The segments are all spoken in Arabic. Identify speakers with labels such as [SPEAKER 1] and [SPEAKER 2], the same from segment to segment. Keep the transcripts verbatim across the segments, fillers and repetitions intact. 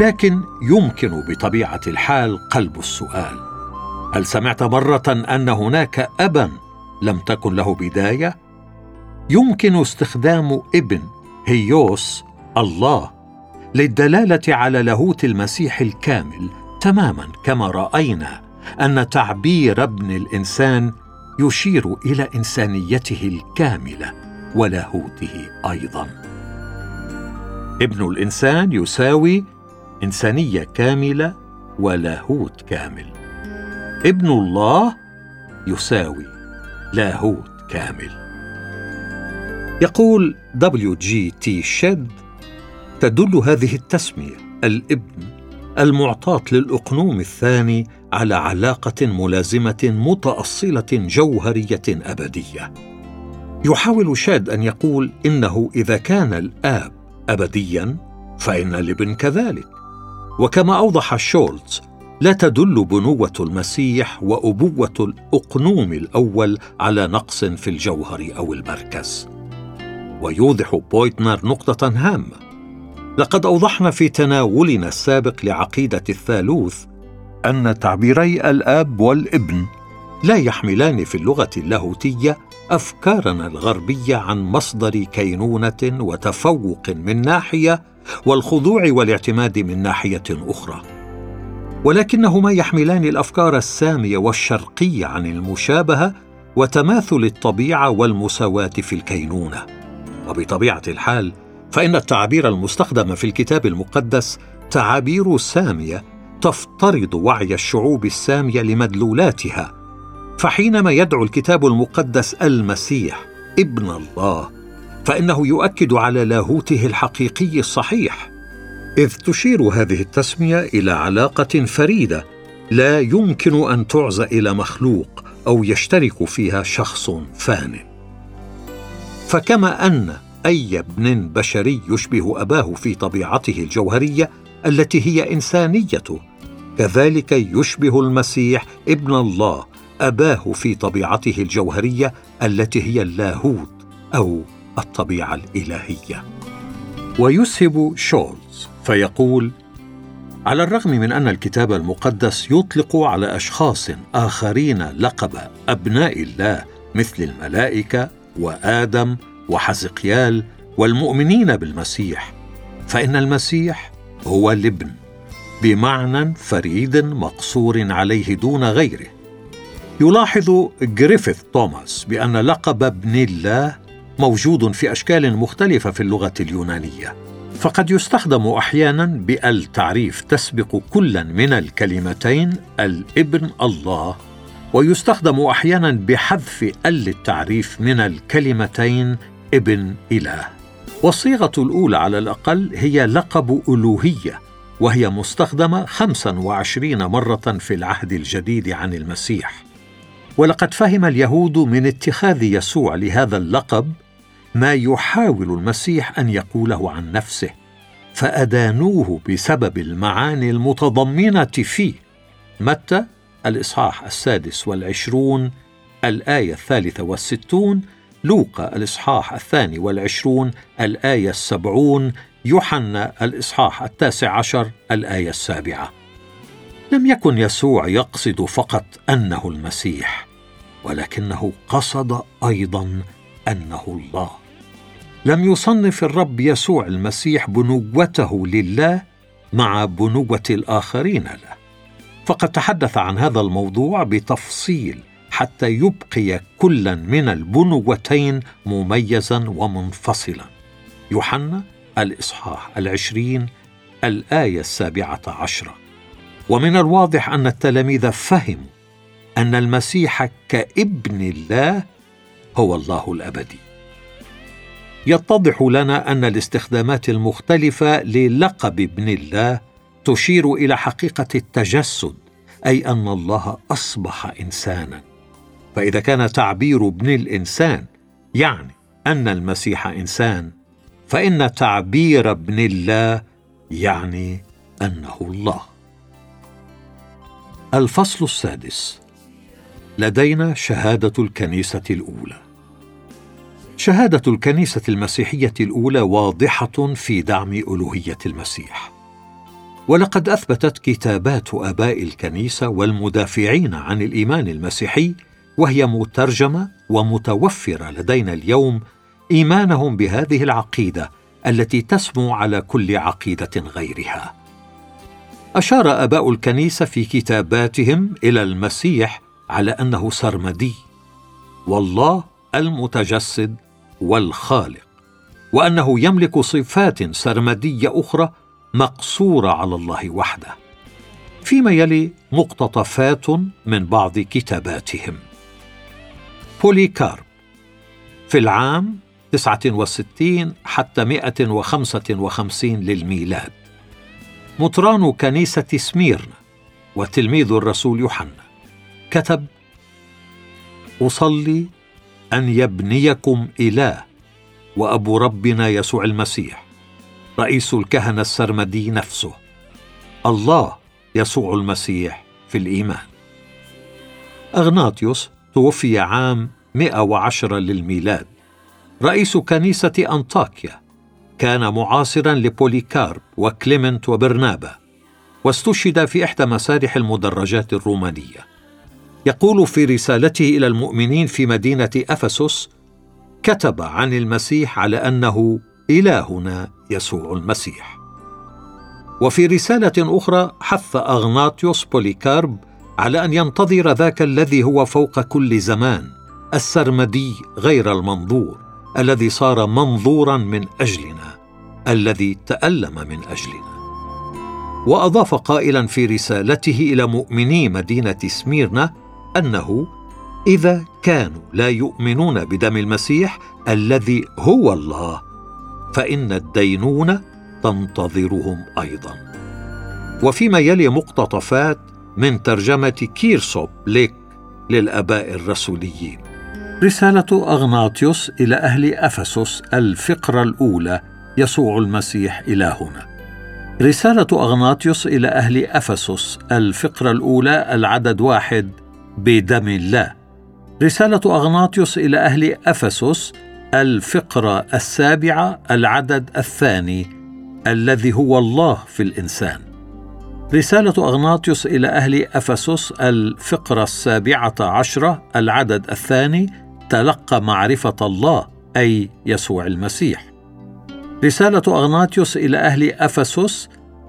[SPEAKER 1] لكن يمكن بطبيعة الحال قلب السؤال: هل سمعت مرة أن هناك أبا لم تكن له بداية؟ يمكن استخدام ابن هيوس الله للدلالة على لاهوت المسيح الكامل، تماما كما رأينا أن تعبير ابن الإنسان يشير إلى إنسانيته الكاملة ولاهوته أيضا. ابن الإنسان يساوي إنسانية كاملة ولاهوت كامل. ابن الله يساوي لاهوت كامل. يقول دبليو جي تي شيد: تدل هذه التسمية الابن المعطاة للأقنوم الثاني على علاقة ملازمة متأصلة جوهرية أبدية. يحاول شاد أن يقول إنه إذا كان الآب أبدياً فإن الابن كذلك. وكما أوضح شولتز، لا تدل بنوة المسيح وأبوة الأقنوم الأول على نقص في الجوهر أو المركز. ويوضح بويتنر نقطة هامة: لقد أوضحنا في تناولنا السابق لعقيدة الثالوث أن تعبيري الآب والابن لا يحملان في اللغة اللاهوتية أفكارنا الغربية عن مصدر كينونة وتفوق من ناحية والخضوع والاعتماد من ناحية أخرى، ولكنهما يحملان الأفكار السامية والشرقية عن المشابهة وتماثل الطبيعة والمساواة في الكينونة. وبطبيعة الحال فإن التعابير المستخدمة في الكتاب المقدس تعابير سامية تفترض وعي الشعوب السامية لمدلولاتها. فحينما يدعو الكتاب المقدس المسيح ابن الله، فإنه يؤكد على لاهوته الحقيقي الصحيح، إذ تشير هذه التسمية إلى علاقة فريدة لا يمكن أن تعزى إلى مخلوق أو يشترك فيها شخص فان. فكما أن أي ابن بشري يشبه أباه في طبيعته الجوهرية التي هي إنسانيته، كذلك يشبه المسيح ابن الله أباه في طبيعته الجوهرية التي هي اللاهوت أو الطبيعة الإلهية. ويسهب شولتز فيقول: على الرغم من أن الكتاب المقدس يطلق على أشخاص آخرين لقب أبناء الله مثل الملائكة وآدم وحزقيال والمؤمنين بالمسيح، فإن المسيح هو الابن بمعنى فريد مقصور عليه دون غيره. يلاحظ جريفيث توماس بأن لقب ابن الله موجود في أشكال مختلفة في اللغة اليونانية، فقد يستخدم أحياناً بال تعريف تسبق كلا من الكلمتين الابن الله، ويستخدم أحياناً بحذف ال التعريف من الكلمتين ابن إله. والصيغة الأولى على الأقل هي لقب ألوهية، وهي مستخدمة خمسة وعشرين مرة في العهد الجديد عن المسيح. ولقد فهم اليهود من اتخاذ يسوع لهذا اللقب ما يحاول المسيح أن يقوله عن نفسه، فأدانوه بسبب المعاني المتضمنة فيه. متى الإصحاح السادس والعشرون الآية الثالثة والستون، لوقا الإصحاح الثاني والعشرون الآية السبعون، يوحنا الإصحاح التاسع عشر الآية السابعة. لم يكن يسوع يقصد فقط أنه المسيح، ولكنه قصد أيضا أنه الله. لم يصنف الرب يسوع المسيح بنوته لله مع بنوة الآخرين له، فقد تحدث عن هذا الموضوع بتفصيل حتى يبقي كلا من البنوتين مميزا ومنفصلا. يوحنا الإصحاح العشرين الآية السابعة عشرة. ومن الواضح أن التلاميذ فهموا أن المسيح كابن الله هو الله الأبدي. يتضح لنا أن الاستخدامات المختلفة للقب ابن الله تشير إلى حقيقة التجسد، أي أن الله أصبح إنسانا. فإذا كان تعبير ابن الإنسان يعني أن المسيح إنسان، فإن تعبير ابن الله يعني أنه الله. الفصل السادس: لدينا شهادة الكنيسة الأولى. شهادة الكنيسة المسيحية الأولى واضحة في دعم ألوهية المسيح. ولقد أثبتت كتابات آباء الكنيسة والمدافعين عن الإيمان المسيحي، وهي مترجمة ومتوفرة لدينا اليوم، إيمانهم بهذه العقيدة التي تسمو على كل عقيدة غيرها. أشار آباء الكنيسة في كتاباتهم إلى المسيح على أنه سرمدي، والله المتجسد والخالق، وأنه يملك صفات سرمدية أخرى مقصورة على الله وحده. فيما يلي مقتطفات من بعض كتاباتهم. بوليكارب في العام تسعة وستين حتى مئة وخمسة وخمسين للميلاد، مطران كنيسة سميرنا وتلميذ الرسول يوحنا، كتب: أصلي أن يبنيكم إله وأبو ربنا يسوع المسيح، رئيس الكهنة السرمدي نفسه، الله يسوع المسيح في الإيمان. أغناطيوس توفي عام مئة وعشرة للميلاد، رئيس كنيسة أنطاكيا، كان معاصرا لبوليكارب وكليمنت وبرنابا، واستشهد في إحدى مسارح المدرجات الرومانية. يقول في رسالته إلى المؤمنين في مدينة أفسس: كتب عن المسيح على أنه إلهنا يسوع المسيح. وفي رسالة أخرى حث أغناطيوس بوليكارب على أن ينتظر ذاك الذي هو فوق كل زمان، السرمدي غير المنظور، الذي صار منظورا من أجلنا، الذي تألم من أجلنا. وأضاف قائلا في رسالته إلى مؤمني مدينة سميرنا أنه إذا كانوا لا يؤمنون بدم المسيح الذي هو الله، فإن الدينونة تنتظرهم أيضا. وفيما يلي مقتطفات من ترجمة كيرسوب ليك للآباء الرسوليين. رسالة أغناطيوس إلى أهل أفسس، الفقرة الأولى: يسوع المسيح إلهنا. رسالة أغناطيوس إلى أهل أفسس، الفقرة الأولى، العدد واحد: بدم الله. رسالة أغناطيوس إلى أهل أفسس، الفقرة السابعة، العدد الثاني: الذي هو الله في الإنسان. رسالة أغناطيوس إلى أهل أفسس، الفقرة السابعة عشرة، العدد الثاني: تلقى معرفة الله أي يسوع المسيح. رسالة أغناطيوس إلى أهل أفسس،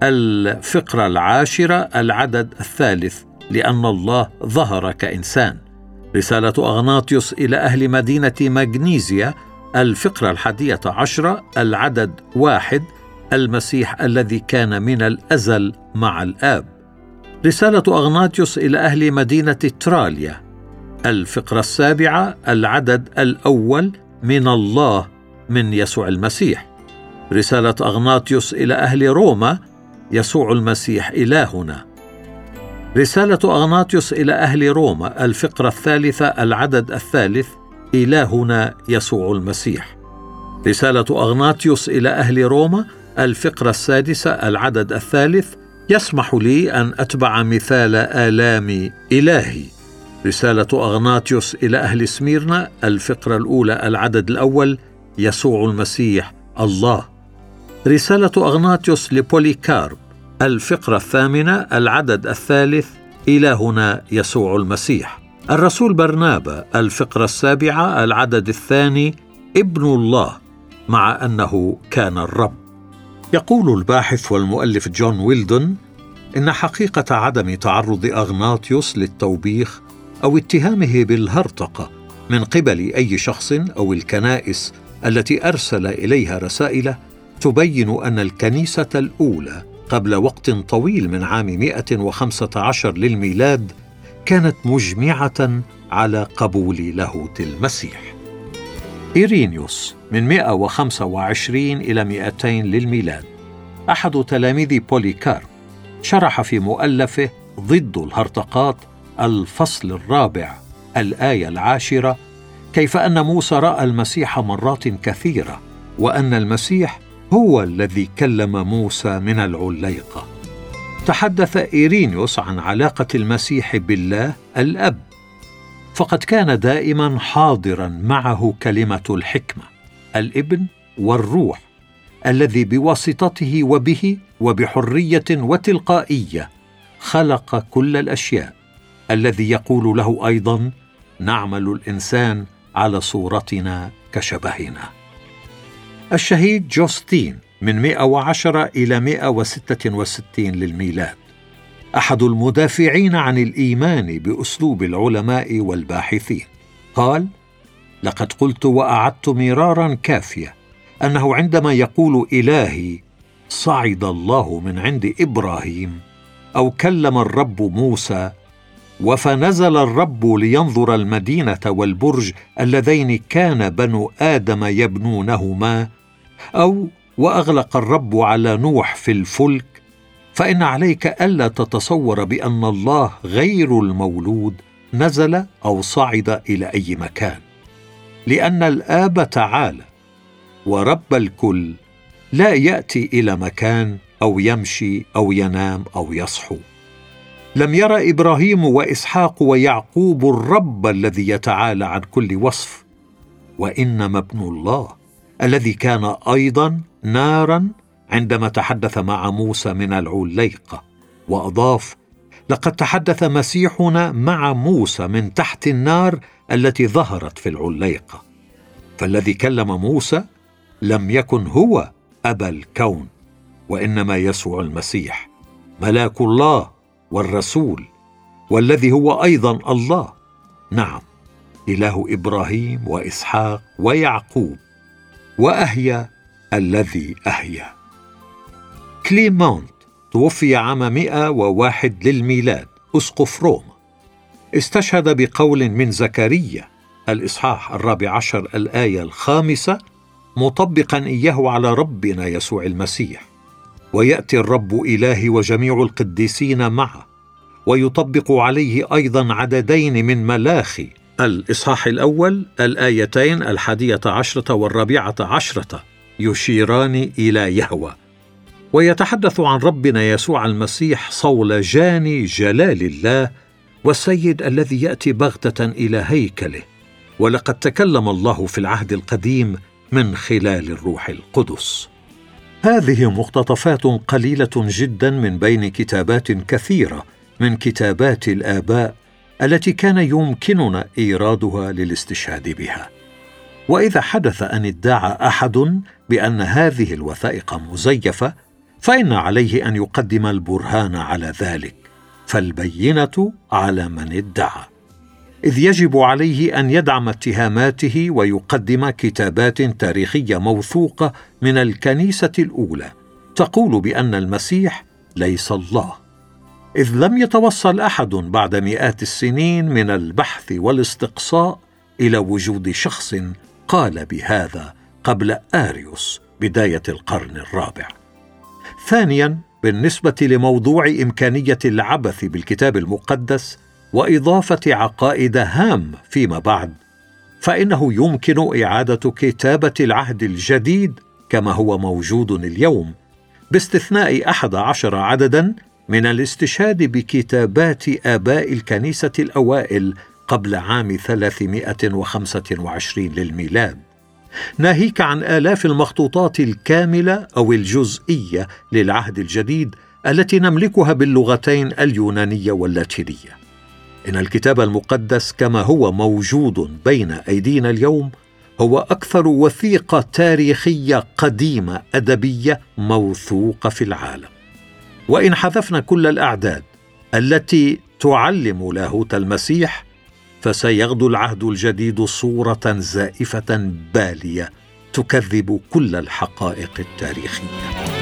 [SPEAKER 1] الفقرة العاشرة، العدد الثالث: لأن الله ظهر كإنسان. رسالة أغناطيوس إلى أهل مدينة مغنيسيا، الفقرة الحادية عشرة، العدد واحد: المسيح الذي كان من الأزل مع الآب. رسالة أغناطيوس إلى أهل مدينة تراليا، الفقرة السابعة، العدد الأول: من الله من يسوع المسيح. رسالة أغناطيوس إلى أهل روما، يسوع المسيح إلهنا. رسالة أغناطيوس إلى أهل روما، الفقرة الثالثة، العدد الثالث: إلهنا يسوع المسيح. رسالة أغناطيوس إلى أهل روما، الفقرة السادسة، العدد الثالث: يسمح لي أن أتبع مثال آلام إلهي. رسالة أغناطيوس إلى أهل سميرنا، الفقرة الأولى، العدد الأول: يسوع المسيح الله. رسالة أغناطيوس لبوليكارب، الفقرة الثامنة، العدد الثالث: إلهنا يسوع المسيح. الرسول برنابا، الفقرة السابعة، العدد الثاني: ابن الله، مع أنه كان الرب. يقول الباحث والمؤلف جون ويلدون إن حقيقة عدم تعرض أغناطيوس للتوبيخ أو اتهامه بالهرطقة من قبل أي شخص أو الكنائس التي أرسل إليها رسائل تبين أن الكنيسة الأولى قبل وقت طويل من عام مئة وخمسة عشر للميلاد كانت مجمعة على قبول لاهوت المسيح. إيرينيوس من مئة وخمسة وعشرين إلى مئتين للميلاد، أحد تلاميذ بوليكارب، شرح في مؤلفه ضد الهرطقات الفصل الرابع الآية العاشرة كيف أن موسى رأى المسيح مرات كثيرة، وأن المسيح هو الذي كلم موسى من العليقة. تحدث إيرينيوس عن علاقة المسيح بالله الأب، فقد كان دائما حاضرا معه كلمة الحكمة، الابن والروح، الذي بواسطته وبه وبحرية وتلقائية خلق كل الأشياء، الذي يقول له أيضا: نعمل الإنسان على صورتنا كشبهنا. الشهيد جوستين من مئة وعشرة إلى مئة وستة وستين للميلاد، أحد المدافعين عن الإيمان بأسلوب العلماء والباحثين، قال: لقد قلت وأعدت مرارا كافية أنه عندما يقول إلهي صعد الله من عند إبراهيم، أو كلم الرب موسى، وفنزل الرب لينظر المدينة والبرج اللذين كان بنو آدم يبنونهما، أو وأغلق الرب على نوح في الفلك، فإن عليك ألا تتصور بأن الله غير المولود نزل أو صعد إلى أي مكان، لأن الآب تعالى ورب الكل لا يأتي إلى مكان أو يمشي أو ينام أو يصحو. لم يرى إبراهيم وإسحاق ويعقوب الرب الذي يتعالى عن كل وصف، وإنما ابن الله الذي كان أيضا نارا عندما تحدث مع موسى من العليقة، وأضاف: لقد تحدث مسيحنا مع موسى من تحت النار التي ظهرت في العليقة. فالذي كلم موسى لم يكن هو أبا الكون، وإنما يسوع المسيح ملاك الله والرسول، والذي هو أيضا الله، نعم، إله إبراهيم وإسحاق ويعقوب، وأهيا الذي أهيا. كليمونت توفي عام مئة وواحد للميلاد، أسقف روما، استشهد بقول من زكريا الإصحاح الرابع عشر الآية الخامسة، مطبقا إياه على ربنا يسوع المسيح: ويأتي الرب إلهي وجميع القديسين معه، ويطبق عليه أيضا عددين من ملاخي الإصحاح الأول الآيتين الحادية عشرة والرابعة عشرة، يشيران إلى يهوه، ويتحدث عن ربنا يسوع المسيح صولجان جلال الله والسيد الذي يأتي بغتة إلى هيكله. ولقد تكلم الله في العهد القديم من خلال الروح القدس. هذه مقتطفات قليلة جدا من بين كتابات كثيرة من كتابات الآباء التي كان يمكننا إيرادها للاستشهاد بها. وإذا حدث أن ادعى أحد بأن هذه الوثائق مزيفة، فإن عليه أن يقدم البرهان على ذلك، فالبينة على من ادعى، إذ يجب عليه أن يدعم اتهاماته ويقدم كتابات تاريخية موثوقة من الكنيسة الأولى تقول بأن المسيح ليس الله، إذ لم يتوصل أحد بعد مئات السنين من البحث والاستقصاء إلى وجود شخص قال بهذا قبل آريوس بداية القرن الرابع. ثانياً، بالنسبة لموضوع إمكانية العبث بالكتاب المقدس وإضافة عقائد هام فيما بعد، فإنه يمكن إعادة كتابة العهد الجديد كما هو موجود اليوم، باستثناء أحد عشر عدداً من الاستشهاد بكتابات آباء الكنيسة الأوائل قبل عام ثلاثمائة وخمسة وعشرين للميلاد، ناهيك عن آلاف المخطوطات الكاملة أو الجزئية للعهد الجديد التي نملكها باللغتين اليونانية واللاتينية. إن الكتاب المقدس كما هو موجود بين أيدينا اليوم هو أكثر وثيقة تاريخية قديمة أدبية موثوقة في العالم. وإن حذفنا كل الأعداد التي تعلم لاهوت المسيح، فسيغدو العهد الجديد صورة زائفة بالية تكذب كل الحقائق التاريخية.